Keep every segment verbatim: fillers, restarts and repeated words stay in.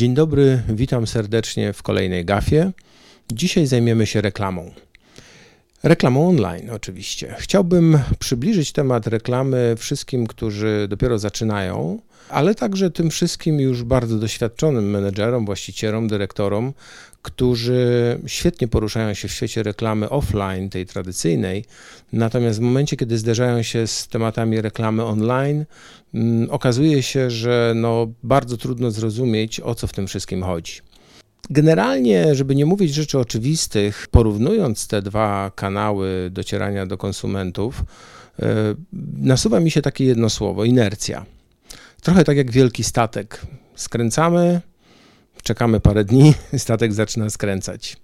Dzień dobry, witam serdecznie w kolejnej gafie. Dzisiaj zajmiemy się reklamą. Reklamą online oczywiście. Chciałbym przybliżyć temat reklamy wszystkim, którzy dopiero zaczynają, ale także tym wszystkim już bardzo doświadczonym menedżerom, właścicielom, dyrektorom, którzy świetnie poruszają się w świecie reklamy offline, tej tradycyjnej, natomiast w momencie, kiedy zderzają się z tematami reklamy online, um, okazuje się, że no, bardzo trudno zrozumieć, o co w tym wszystkim chodzi. Generalnie, żeby nie mówić rzeczy oczywistych, porównując te dwa kanały docierania do konsumentów, yy, nasuwa mi się takie jedno słowo: inercja. Trochę tak jak wielki statek. Skręcamy, czekamy parę dni, statek zaczyna skręcać.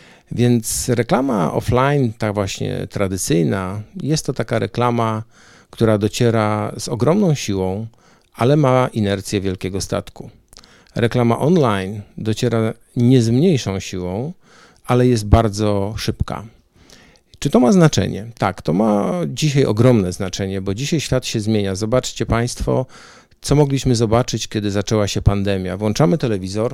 Więc reklama offline, ta właśnie tradycyjna, jest to taka reklama, która dociera z ogromną siłą, ale ma inercję wielkiego statku. Reklama online dociera nie z mniejszą siłą, ale jest bardzo szybka. Czy to ma znaczenie? Tak, to ma dzisiaj ogromne znaczenie, bo dzisiaj świat się zmienia. Zobaczcie Państwo, co mogliśmy zobaczyć, kiedy zaczęła się pandemia. Włączamy telewizor,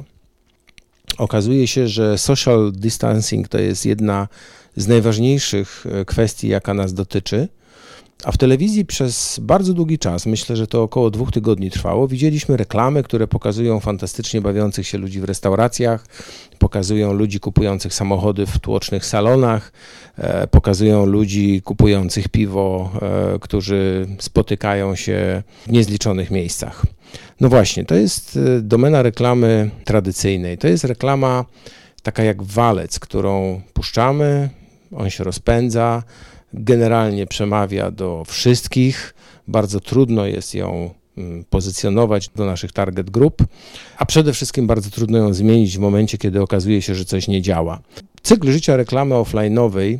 okazuje się, że social distancing to jest jedna z najważniejszych kwestii, jaka nas dotyczy, a w telewizji przez bardzo długi czas, myślę, że to około dwóch tygodni trwało, widzieliśmy reklamy, które pokazują fantastycznie bawiących się ludzi w restauracjach, pokazują ludzi kupujących samochody w tłocznych salonach, e, pokazują ludzi kupujących piwo, e, którzy spotykają się w niezliczonych miejscach. No właśnie, to jest domena reklamy tradycyjnej. To jest reklama taka jak walec, którą puszczamy, on się rozpędza, generalnie przemawia do wszystkich, bardzo trudno jest ją pozycjonować do naszych target group, a przede wszystkim bardzo trudno ją zmienić w momencie, kiedy okazuje się, że coś nie działa. Cykl życia reklamy offline'owej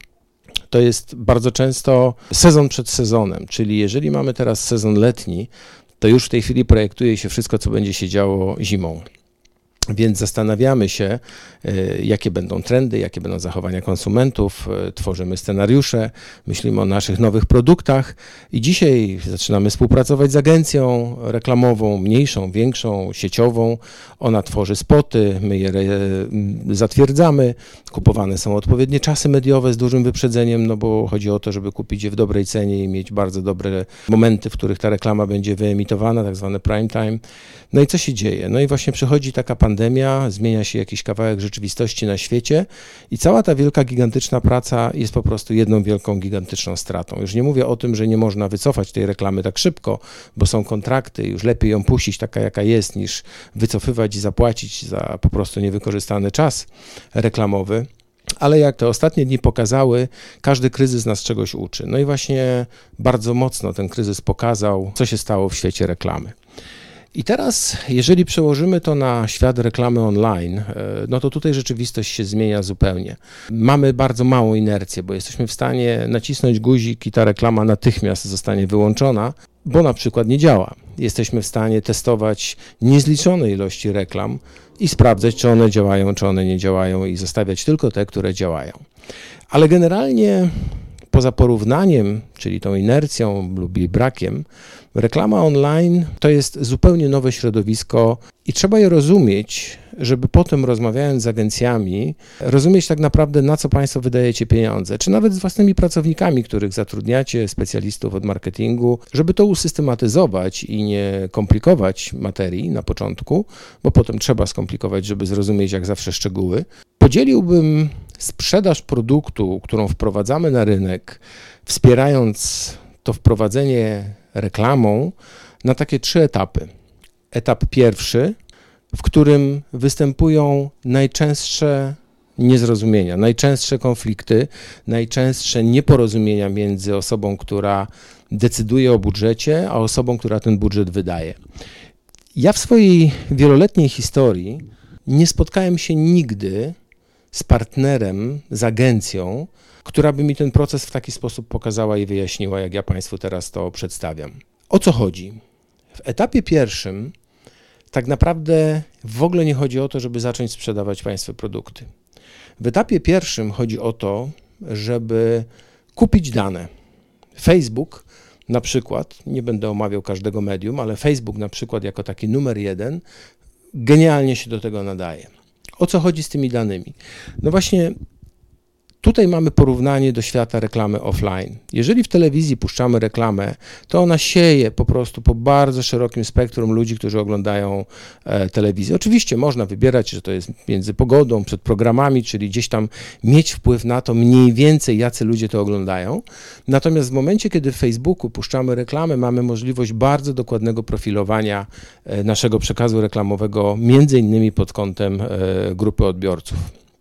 to jest bardzo często sezon przed sezonem, czyli jeżeli mamy teraz sezon letni, to już w tej chwili projektuje się wszystko, co będzie się działo zimą. Więc zastanawiamy się, jakie będą trendy, jakie będą zachowania konsumentów, tworzymy scenariusze, myślimy o naszych nowych produktach i dzisiaj zaczynamy współpracować z agencją reklamową, mniejszą, większą, sieciową. Ona tworzy spoty, my je zatwierdzamy, kupowane są odpowiednie czasy mediowe z dużym wyprzedzeniem, no bo chodzi o to, żeby kupić je w dobrej cenie i mieć bardzo dobre momenty, w których ta reklama będzie wyemitowana, tak zwane prime time. No i co się dzieje? No i właśnie przychodzi taka pandemia, zmienia się jakiś kawałek rzeczywistości na świecie i cała ta wielka, gigantyczna praca jest po prostu jedną wielką, gigantyczną stratą. Już nie mówię o tym, że nie można wycofać tej reklamy tak szybko, bo są kontrakty, już lepiej ją puścić taka, jaka jest, niż wycofywać i zapłacić za po prostu niewykorzystany czas reklamowy. Ale jak te ostatnie dni pokazały, każdy kryzys nas czegoś uczy. No i właśnie bardzo mocno ten kryzys pokazał, co się stało w świecie reklamy. I teraz, jeżeli przełożymy to na świat reklamy online, no to tutaj rzeczywistość się zmienia zupełnie. Mamy bardzo małą inercję, bo jesteśmy w stanie nacisnąć guzik i ta reklama natychmiast zostanie wyłączona, bo na przykład nie działa. Jesteśmy w stanie testować niezliczone ilości reklam i sprawdzać, czy one działają, czy one nie działają i zostawiać tylko te, które działają. Ale generalnie poza porównaniem, czyli tą inercją lub jej brakiem, reklama online to jest zupełnie nowe środowisko i trzeba je rozumieć, żeby potem rozmawiając z agencjami, rozumieć tak naprawdę, na co Państwo wydajecie pieniądze, czy nawet z własnymi pracownikami, których zatrudniacie, specjalistów od marketingu, żeby to usystematyzować i nie komplikować materii na początku, bo potem trzeba skomplikować, żeby zrozumieć jak zawsze szczegóły. Podzieliłbym sprzedaż produktu, którą wprowadzamy na rynek, wspierając to wprowadzenie reklamą, na takie trzy etapy. Etap pierwszy, w którym występują najczęstsze niezrozumienia, najczęstsze konflikty, najczęstsze nieporozumienia między osobą, która decyduje o budżecie, a osobą, która ten budżet wydaje. Ja w swojej wieloletniej historii nie spotkałem się nigdy z partnerem, z agencją, która by mi ten proces w taki sposób pokazała i wyjaśniła, jak ja Państwu teraz to przedstawiam. O co chodzi? W etapie pierwszym tak naprawdę w ogóle nie chodzi o to, żeby zacząć sprzedawać Państwu produkty. W etapie pierwszym chodzi o to, żeby kupić dane. Facebook na przykład, nie będę omawiał każdego medium, ale Facebook na przykład jako taki numer jeden genialnie się do tego nadaje. O co chodzi z tymi danymi? No właśnie tutaj mamy porównanie do świata reklamy offline. Jeżeli w telewizji puszczamy reklamę, to ona sieje po prostu po bardzo szerokim spektrum ludzi, którzy oglądają e, telewizję. Oczywiście można wybierać, że to jest między pogodą, przed programami, czyli gdzieś tam mieć wpływ na to mniej więcej, jacy ludzie to oglądają. Natomiast w momencie, kiedy w Facebooku puszczamy reklamę, mamy możliwość bardzo dokładnego profilowania e, naszego przekazu reklamowego, między innymi pod kątem e, grupy odbiorców.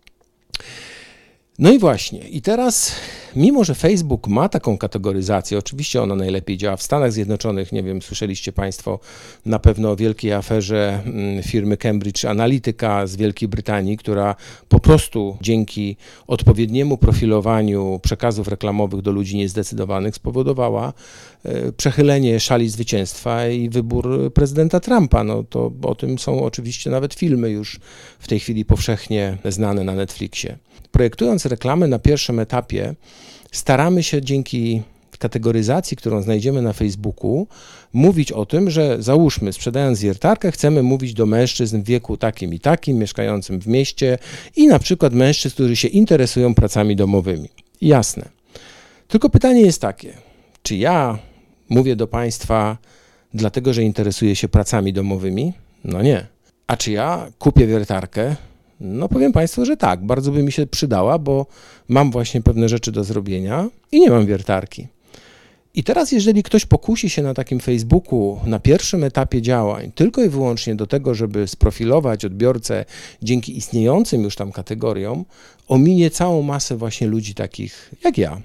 No i właśnie, i teraz, mimo że Facebook ma taką kategoryzację, oczywiście ona najlepiej działa w Stanach Zjednoczonych, nie wiem, słyszeliście Państwo na pewno o wielkiej aferze firmy Cambridge Analytica z Wielkiej Brytanii, która po prostu dzięki odpowiedniemu profilowaniu przekazów reklamowych do ludzi niezdecydowanych spowodowała przechylenie szali zwycięstwa i wybór prezydenta Trumpa. No to o tym są oczywiście nawet filmy już w tej chwili powszechnie znane na Netflixie. Projektując reklamy na pierwszym etapie, staramy się dzięki kategoryzacji, którą znajdziemy na Facebooku, mówić o tym, że załóżmy, sprzedając wiertarkę, chcemy mówić do mężczyzn w wieku takim i takim, mieszkającym w mieście i na przykład mężczyzn, którzy się interesują pracami domowymi. Jasne. Tylko pytanie jest takie, czy ja mówię do Państwa dlatego, że interesuję się pracami domowymi? No nie. A czy ja kupię wiertarkę? No powiem Państwu, że tak, bardzo by mi się przydała, bo mam właśnie pewne rzeczy do zrobienia i nie mam wiertarki. I teraz jeżeli ktoś pokusi się na takim Facebooku na pierwszym etapie działań tylko i wyłącznie do tego, żeby sprofilować odbiorcę dzięki istniejącym już tam kategoriom, ominie całą masę właśnie ludzi takich jak ja,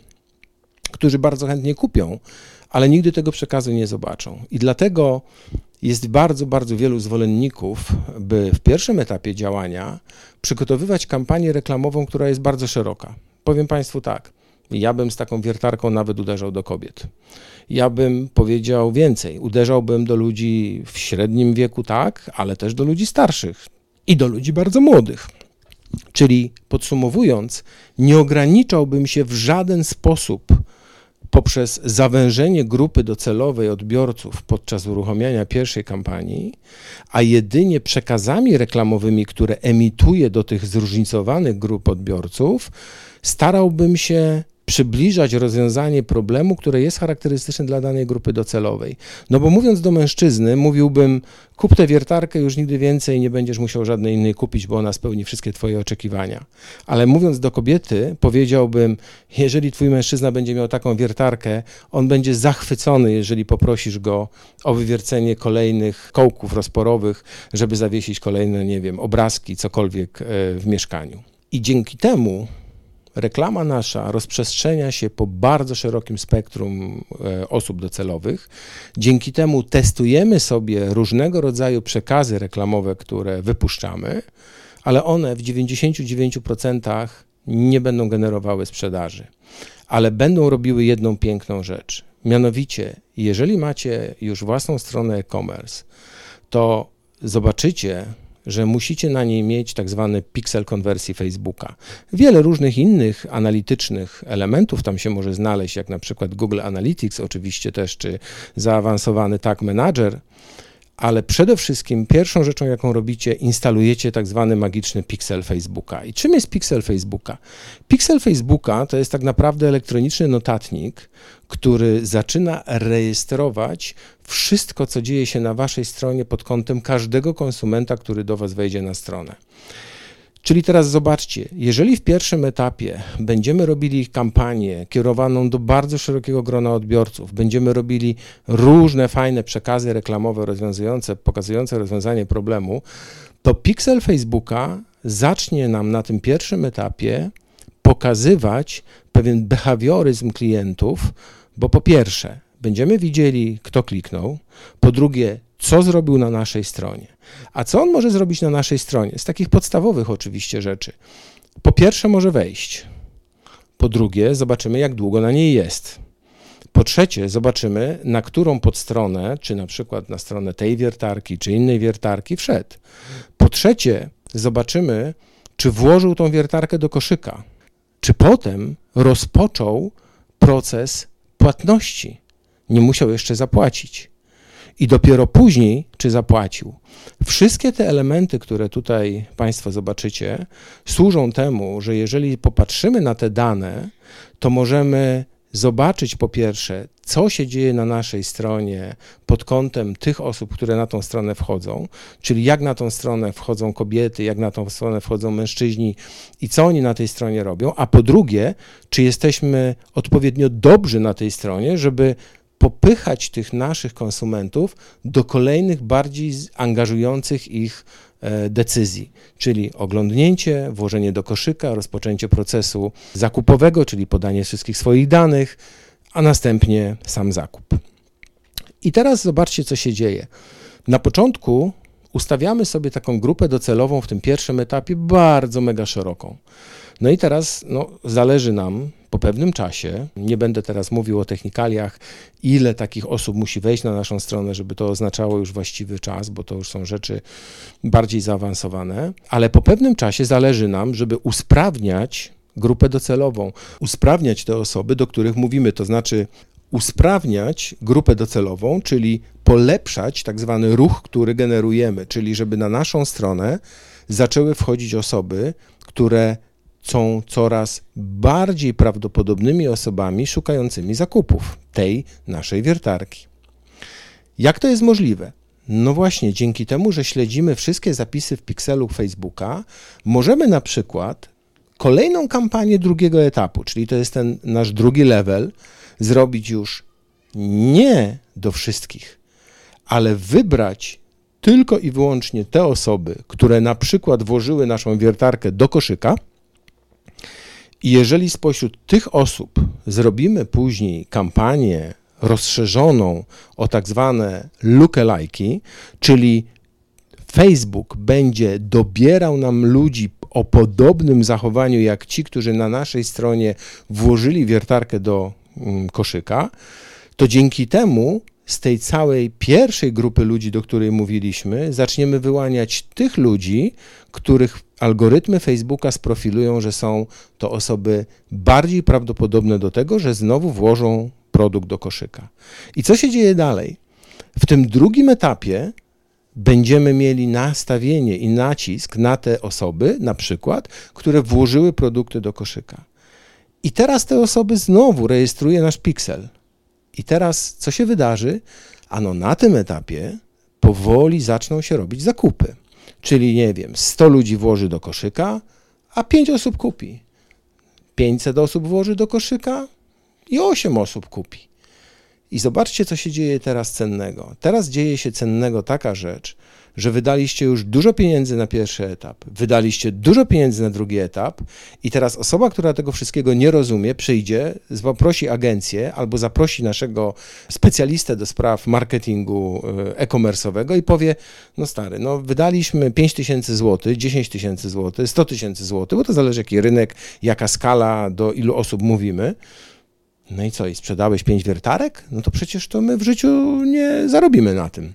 którzy bardzo chętnie kupią, ale nigdy tego przekazu nie zobaczą. I dlatego jest bardzo, bardzo wielu zwolenników, by w pierwszym etapie działania przygotowywać kampanię reklamową, która jest bardzo szeroka. Powiem Państwu tak, ja bym z taką wiertarką nawet uderzał do kobiet. Ja bym powiedział więcej, uderzałbym do ludzi w średnim wieku, tak, ale też do ludzi starszych i do ludzi bardzo młodych. Czyli podsumowując, nie ograniczałbym się w żaden sposób poprzez zawężenie grupy docelowej odbiorców podczas uruchamiania pierwszej kampanii, a jedynie przekazami reklamowymi, które emituję do tych zróżnicowanych grup odbiorców, starałbym się przybliżać rozwiązanie problemu, które jest charakterystyczne dla danej grupy docelowej. No bo mówiąc do mężczyzny, mówiłbym, kup tę wiertarkę, już nigdy więcej nie będziesz musiał żadnej innej kupić, bo ona spełni wszystkie twoje oczekiwania. Ale mówiąc do kobiety, powiedziałbym, jeżeli twój mężczyzna będzie miał taką wiertarkę, on będzie zachwycony, jeżeli poprosisz go o wywiercenie kolejnych kołków rozporowych, żeby zawiesić kolejne, nie wiem, obrazki, cokolwiek w mieszkaniu. I dzięki temu reklama nasza rozprzestrzenia się po bardzo szerokim spektrum osób docelowych. Dzięki temu testujemy sobie różnego rodzaju przekazy reklamowe, które wypuszczamy, ale one w dziewięćdziesięciu dziewięciu procentach nie będą generowały sprzedaży, ale będą robiły jedną piękną rzecz. Mianowicie, jeżeli macie już własną stronę e-commerce, to zobaczycie, że musicie na niej mieć tak zwany piksel konwersji Facebooka. Wiele różnych innych analitycznych elementów tam się może znaleźć, jak na przykład Google Analytics oczywiście też, czy zaawansowany Tag Manager, ale przede wszystkim pierwszą rzeczą, jaką robicie, instalujecie tak zwany magiczny piksel Facebooka. I czym jest piksel Facebooka? Piksel Facebooka to jest tak naprawdę elektroniczny notatnik, który zaczyna rejestrować wszystko, co dzieje się na waszej stronie pod kątem każdego konsumenta, który do was wejdzie na stronę. Czyli teraz zobaczcie, jeżeli w pierwszym etapie będziemy robili kampanię kierowaną do bardzo szerokiego grona odbiorców, będziemy robili różne fajne przekazy reklamowe rozwiązujące, pokazujące rozwiązanie problemu, to piksel Facebooka zacznie nam na tym pierwszym etapie pokazywać pewien behawioryzm klientów, bo po pierwsze będziemy widzieli, kto kliknął, po drugie, co zrobił na naszej stronie. A co on może zrobić na naszej stronie? Z takich podstawowych oczywiście rzeczy. Po pierwsze może wejść. Po drugie zobaczymy, jak długo na niej jest. Po trzecie zobaczymy, na którą podstronę, czy na przykład na stronę tej wiertarki, czy innej wiertarki wszedł. Po trzecie zobaczymy, czy włożył tą wiertarkę do koszyka. Czy potem rozpoczął proces płatności. Nie musiał jeszcze zapłacić. i dopiero później, czy zapłacił. Wszystkie te elementy, które tutaj Państwo zobaczycie, służą temu, że jeżeli popatrzymy na te dane, to możemy zobaczyć po pierwsze, co się dzieje na naszej stronie pod kątem tych osób, które na tą stronę wchodzą, czyli jak na tą stronę wchodzą kobiety, jak na tą stronę wchodzą mężczyźni i co oni na tej stronie robią, a po drugie, czy jesteśmy odpowiednio dobrzy na tej stronie, żeby popychać tych naszych konsumentów do kolejnych bardziej angażujących ich decyzji, czyli oglądnięcie, włożenie do koszyka, rozpoczęcie procesu zakupowego, czyli podanie wszystkich swoich danych, a następnie sam zakup. I teraz zobaczcie, co się dzieje. Na początku ustawiamy sobie taką grupę docelową w tym pierwszym etapie bardzo mega szeroką. No i teraz no, zależy nam po pewnym czasie, nie będę teraz mówił o technikaliach, ile takich osób musi wejść na naszą stronę, żeby to oznaczało już właściwy czas, bo to już są rzeczy bardziej zaawansowane, ale po pewnym czasie zależy nam, żeby usprawniać grupę docelową, usprawniać te osoby, do których mówimy, to znaczy usprawniać grupę docelową, czyli polepszać tak zwany ruch, który generujemy, czyli żeby na naszą stronę zaczęły wchodzić osoby, które są coraz bardziej prawdopodobnymi osobami szukającymi zakupów tej naszej wiertarki. Jak to jest możliwe? No właśnie, dzięki temu, że śledzimy wszystkie zapisy w pikselu Facebooka, możemy na przykład kolejną kampanię drugiego etapu, czyli to jest ten nasz drugi level, zrobić już nie do wszystkich, ale wybrać tylko i wyłącznie te osoby, które na przykład włożyły naszą wiertarkę do koszyka. I jeżeli spośród tych osób zrobimy później kampanię rozszerzoną o tak zwane lookalike'i, czyli Facebook będzie dobierał nam ludzi o podobnym zachowaniu jak ci, którzy na naszej stronie włożyli wiertarkę do koszyka, to dzięki temu z tej całej pierwszej grupy ludzi, do której mówiliśmy, zaczniemy wyłaniać tych ludzi, których algorytmy Facebooka sprofilują, że są to osoby bardziej prawdopodobne do tego, że znowu włożą produkt do koszyka. I co się dzieje dalej? W tym drugim etapie będziemy mieli nastawienie i nacisk na te osoby, na przykład, które włożyły produkty do koszyka. I teraz te osoby znowu rejestruje nasz piksel. I teraz co się wydarzy? Ano na tym etapie powoli zaczną się robić zakupy. Czyli nie wiem, sto ludzi włoży do koszyka, a pięć osób kupi. pięćset osób włoży do koszyka i osiem osób kupi. I zobaczcie, co się dzieje teraz cennego. Teraz dzieje się cennego taka rzecz, że wydaliście już dużo pieniędzy na pierwszy etap, wydaliście dużo pieniędzy na drugi etap i teraz osoba, która tego wszystkiego nie rozumie, przyjdzie, zaprosi agencję albo zaprosi naszego specjalistę do spraw marketingu e-commerce'owego i powie, no stary, no wydaliśmy pięć tysięcy złotych, dziesięć tysięcy złotych, sto tysięcy złotych, bo to zależy jaki rynek, jaka skala, do ilu osób mówimy. No i co, i sprzedałeś pięć wiertarek? No to przecież to my w życiu nie zarobimy na tym.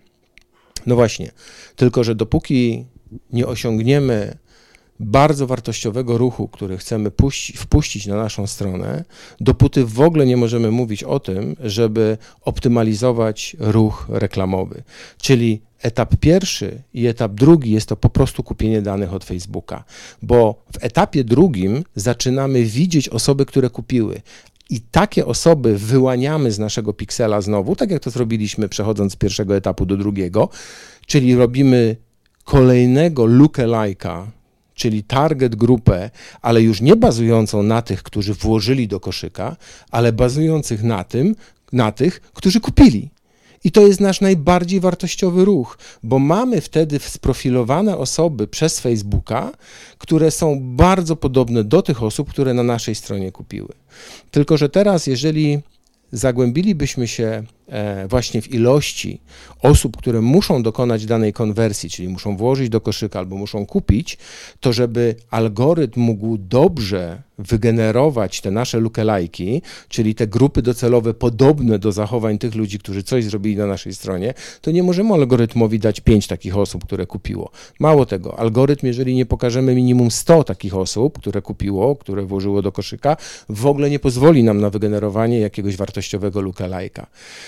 No właśnie, tylko że dopóki nie osiągniemy bardzo wartościowego ruchu, który chcemy puści, wpuścić na naszą stronę, dopóty w ogóle nie możemy mówić o tym, żeby optymalizować ruch reklamowy. Czyli etap pierwszy i etap drugi jest to po prostu kupienie danych od Facebooka, bo w etapie drugim zaczynamy widzieć osoby, które kupiły. I takie osoby wyłaniamy z naszego piksela znowu, tak jak to zrobiliśmy przechodząc z pierwszego etapu do drugiego, czyli robimy kolejnego lookalike'a, czyli target grupę, ale już nie bazującą na tych, którzy włożyli do koszyka, ale bazujących na tym, na tych, którzy kupili. I to jest nasz najbardziej wartościowy ruch, bo mamy wtedy sprofilowane osoby przez Facebooka, które są bardzo podobne do tych osób, które na naszej stronie kupiły. Tylko że teraz, jeżeli zagłębilibyśmy się właśnie w ilości osób, które muszą dokonać danej konwersji, czyli muszą włożyć do koszyka albo muszą kupić, to żeby algorytm mógł dobrze wygenerować te nasze lookalike'i, czyli te grupy docelowe podobne do zachowań tych ludzi, którzy coś zrobili na naszej stronie, to nie możemy algorytmowi dać pięć takich osób, które kupiło. Mało tego, algorytm, jeżeli nie pokażemy minimum sto takich osób, które kupiło, które włożyło do koszyka, w ogóle nie pozwoli nam na wygenerowanie jakiegoś wartościowego lookalike'a.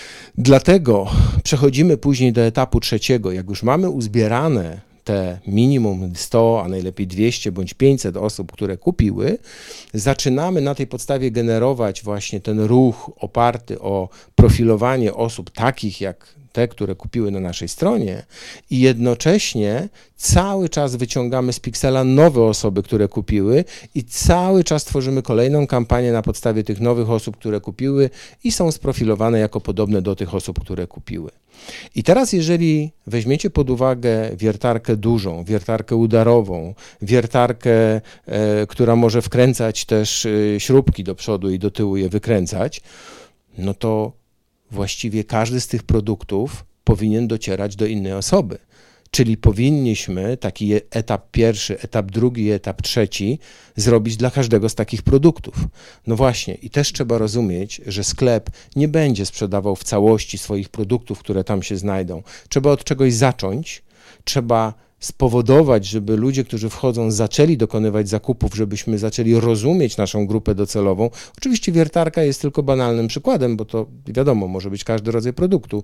Dlatego przechodzimy później do etapu trzeciego. Jak już mamy uzbierane te minimum sto, a najlepiej dwieście bądź pięćset osób, które kupiły, zaczynamy na tej podstawie generować właśnie ten ruch oparty o profilowanie osób takich jak te, które kupiły na naszej stronie i jednocześnie cały czas wyciągamy z Pixela nowe osoby, które kupiły i cały czas tworzymy kolejną kampanię na podstawie tych nowych osób, które kupiły i są sprofilowane jako podobne do tych osób, które kupiły. I teraz jeżeli weźmiecie pod uwagę wiertarkę dużą, wiertarkę udarową, wiertarkę, e, która może wkręcać też e, śrubki do przodu i do tyłu je wykręcać, no to właściwie każdy z tych produktów powinien docierać do innej osoby. Czyli powinniśmy taki etap pierwszy, etap drugi, etap trzeci zrobić dla każdego z takich produktów. No właśnie, i też trzeba rozumieć, że sklep nie będzie sprzedawał w całości swoich produktów, które tam się znajdą. Trzeba od czegoś zacząć, trzeba spowodować, żeby ludzie, którzy wchodzą, zaczęli dokonywać zakupów, żebyśmy zaczęli rozumieć naszą grupę docelową. Oczywiście wiertarka jest tylko banalnym przykładem, bo to wiadomo, może być każdy rodzaj produktu,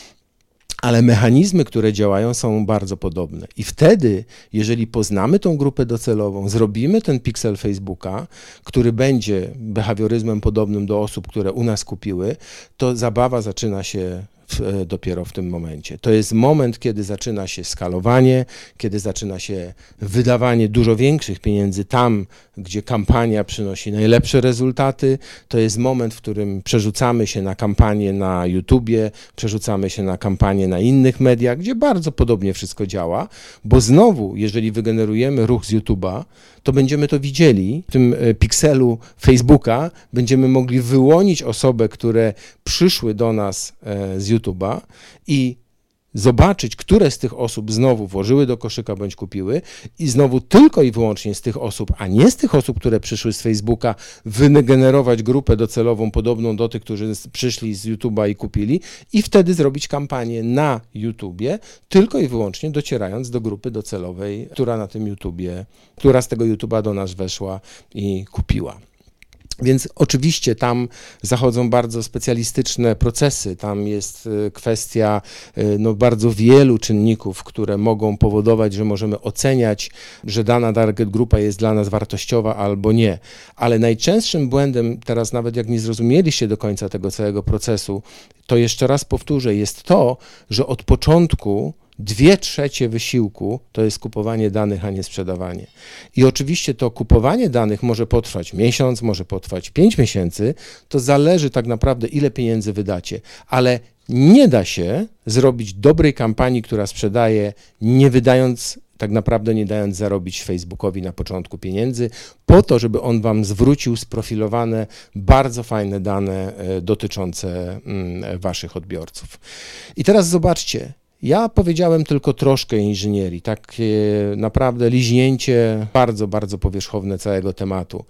ale mechanizmy, które działają, są bardzo podobne. I wtedy, jeżeli poznamy tą grupę docelową, zrobimy ten piksel Facebooka, który będzie behawioryzmem podobnym do osób, które u nas kupiły, to zabawa zaczyna się w, dopiero w tym momencie. To jest moment, kiedy zaczyna się skalowanie, kiedy zaczyna się wydawanie dużo większych pieniędzy tam, gdzie kampania przynosi najlepsze rezultaty. To jest moment, w którym przerzucamy się na kampanię na YouTubie, przerzucamy się na kampanię na innych mediach, gdzie bardzo podobnie wszystko działa, bo znowu, jeżeli wygenerujemy ruch z YouTube'a, to będziemy to widzieli w tym pikselu Facebooka, będziemy mogli wyłonić osoby, które przyszły do nas z YouTube'a i zobaczyć, które z tych osób znowu włożyły do koszyka bądź kupiły i znowu tylko i wyłącznie z tych osób, a nie z tych osób, które przyszły z Facebooka, wygenerować grupę docelową podobną do tych, którzy przyszli z YouTube'a i kupili i wtedy zrobić kampanię na YouTubie, tylko i wyłącznie docierając do grupy docelowej, która na tym YouTubie, która z tego YouTube'a do nas weszła i kupiła. Więc oczywiście tam zachodzą bardzo specjalistyczne procesy, tam jest kwestia no, bardzo wielu czynników, które mogą powodować, że możemy oceniać, że dana target grupa jest dla nas wartościowa albo nie. Ale najczęstszym błędem, teraz nawet jak nie zrozumieliście do końca tego całego procesu, to jeszcze raz powtórzę, jest to, że od początku Dwie trzecie wysiłku to jest kupowanie danych, a nie sprzedawanie. I oczywiście to kupowanie danych może potrwać miesiąc, może potrwać pięć miesięcy, to zależy tak naprawdę, ile pieniędzy wydacie, ale nie da się zrobić dobrej kampanii, która sprzedaje, nie wydając, tak naprawdę nie dając zarobić Facebookowi na początku pieniędzy, po to, żeby on wam zwrócił sprofilowane, bardzo fajne dane dotyczące waszych odbiorców. I teraz zobaczcie, ja powiedziałem tylko troszkę inżynierii, takie naprawdę liźnięcie bardzo, bardzo powierzchowne całego tematu.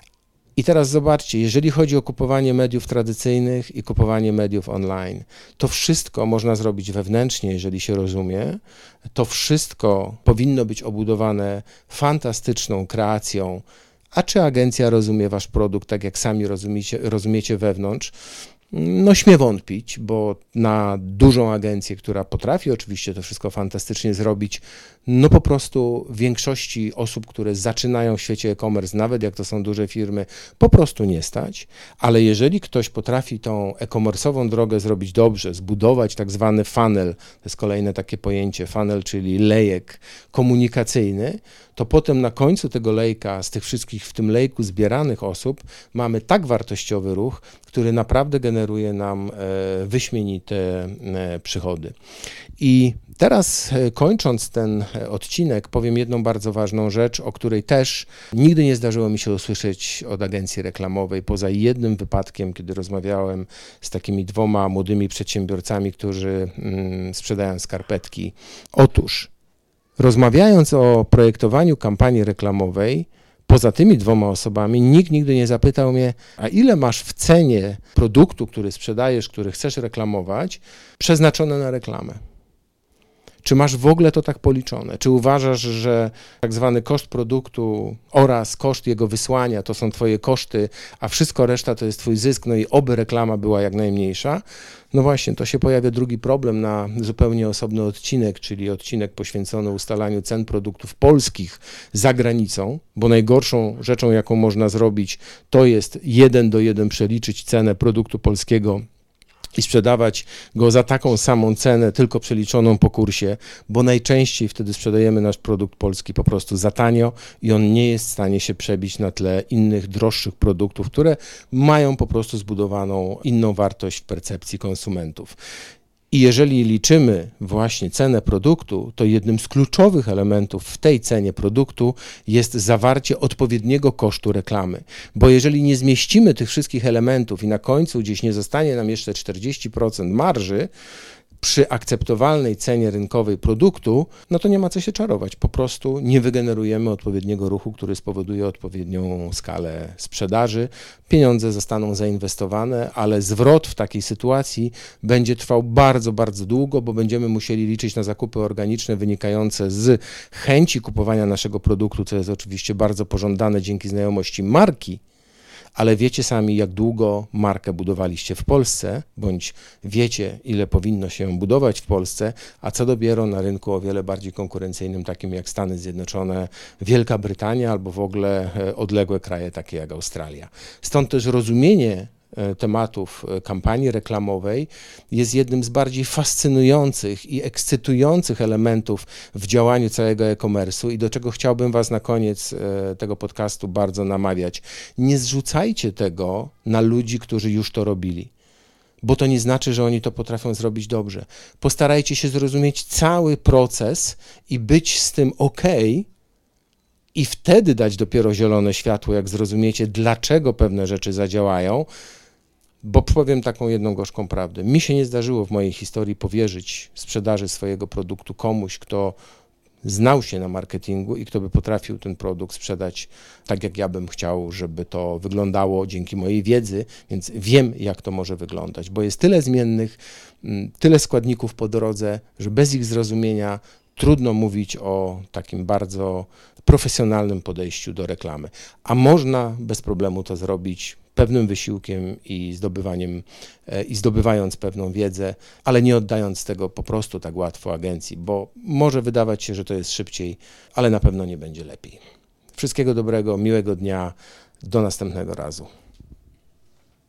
I teraz zobaczcie, jeżeli chodzi o kupowanie mediów tradycyjnych i kupowanie mediów online, to wszystko można zrobić wewnętrznie, jeżeli się rozumie. To wszystko powinno być obudowane fantastyczną kreacją. A czy agencja rozumie wasz produkt tak, jak sami rozumiecie, rozumiecie wewnątrz? No śmiem wątpić, bo na dużą agencję, która potrafi oczywiście to wszystko fantastycznie zrobić, no po prostu większości osób, które zaczynają w świecie e-commerce, nawet jak to są duże firmy, po prostu nie stać, ale jeżeli ktoś potrafi tą e-commerce'ową drogę zrobić dobrze, zbudować tak zwany funnel, to jest kolejne takie pojęcie, funnel, czyli lejek komunikacyjny, to potem na końcu tego lejka, z tych wszystkich w tym lejku zbieranych osób, mamy tak wartościowy ruch, który naprawdę generuje nam wyśmienite przychody. I teraz kończąc ten odcinek, powiem jedną bardzo ważną rzecz, o której też nigdy nie zdarzyło mi się usłyszeć od agencji reklamowej, poza jednym wypadkiem, kiedy rozmawiałem z takimi dwoma młodymi przedsiębiorcami, którzy mm, sprzedają skarpetki. Otóż, rozmawiając o projektowaniu kampanii reklamowej, poza tymi dwoma osobami nikt nigdy nie zapytał mnie, a ile masz w cenie produktu, który sprzedajesz, który chcesz reklamować, przeznaczone na reklamę. Czy masz w ogóle to tak policzone? Czy uważasz, że tak zwany koszt produktu oraz koszt jego wysłania to są twoje koszty, a wszystko reszta to jest twój zysk, no i oby reklama była jak najmniejsza? No właśnie, to się pojawia drugi problem na zupełnie osobny odcinek, czyli odcinek poświęcony ustalaniu cen produktów polskich za granicą, bo najgorszą rzeczą, jaką można zrobić, to jest jeden do jeden przeliczyć cenę produktu polskiego i sprzedawać go za taką samą cenę, tylko przeliczoną po kursie, bo najczęściej wtedy sprzedajemy nasz produkt polski po prostu za tanio i on nie jest w stanie się przebić na tle innych, droższych produktów, które mają po prostu zbudowaną inną wartość w percepcji konsumentów. I jeżeli liczymy właśnie cenę produktu, to jednym z kluczowych elementów w tej cenie produktu jest zawarcie odpowiedniego kosztu reklamy. Bo jeżeli nie zmieścimy tych wszystkich elementów i na końcu gdzieś nie zostanie nam jeszcze czterdzieści procent marży, przy akceptowalnej cenie rynkowej produktu, no to nie ma co się czarować. Po prostu nie wygenerujemy odpowiedniego ruchu, który spowoduje odpowiednią skalę sprzedaży. Pieniądze zostaną zainwestowane, ale zwrot w takiej sytuacji będzie trwał bardzo, bardzo długo, bo będziemy musieli liczyć na zakupy organiczne wynikające z chęci kupowania naszego produktu, co jest oczywiście bardzo pożądane dzięki znajomości marki. Ale wiecie sami, jak długo markę budowaliście w Polsce, bądź wiecie, ile powinno się ją budować w Polsce, a co dopiero na rynku o wiele bardziej konkurencyjnym, takim jak Stany Zjednoczone, Wielka Brytania albo w ogóle odległe kraje takie jak Australia. Stąd też rozumienie tematów kampanii reklamowej jest jednym z bardziej fascynujących i ekscytujących elementów w działaniu całego e-commerce'u i do czego chciałbym was na koniec tego podcastu bardzo namawiać. Nie zrzucajcie tego na ludzi, którzy już to robili, bo to nie znaczy, że oni to potrafią zrobić dobrze. Postarajcie się zrozumieć cały proces i być z tym okej, i wtedy dać dopiero zielone światło, jak zrozumiecie, dlaczego pewne rzeczy zadziałają, bo powiem taką jedną gorzką prawdę. Mi się nie zdarzyło w mojej historii powierzyć sprzedaży swojego produktu komuś, kto znał się na marketingu i kto by potrafił ten produkt sprzedać tak, jak ja bym chciał, żeby to wyglądało dzięki mojej wiedzy, więc wiem, jak to może wyglądać, bo jest tyle zmiennych, tyle składników po drodze, że bez ich zrozumienia trudno mówić o takim bardzo profesjonalnym podejściu do reklamy, a można bez problemu to zrobić pewnym wysiłkiem i zdobywaniem i zdobywając pewną wiedzę, ale nie oddając tego po prostu tak łatwo agencji, bo może wydawać się, że to jest szybciej, ale na pewno nie będzie lepiej. Wszystkiego dobrego, miłego dnia, do następnego razu.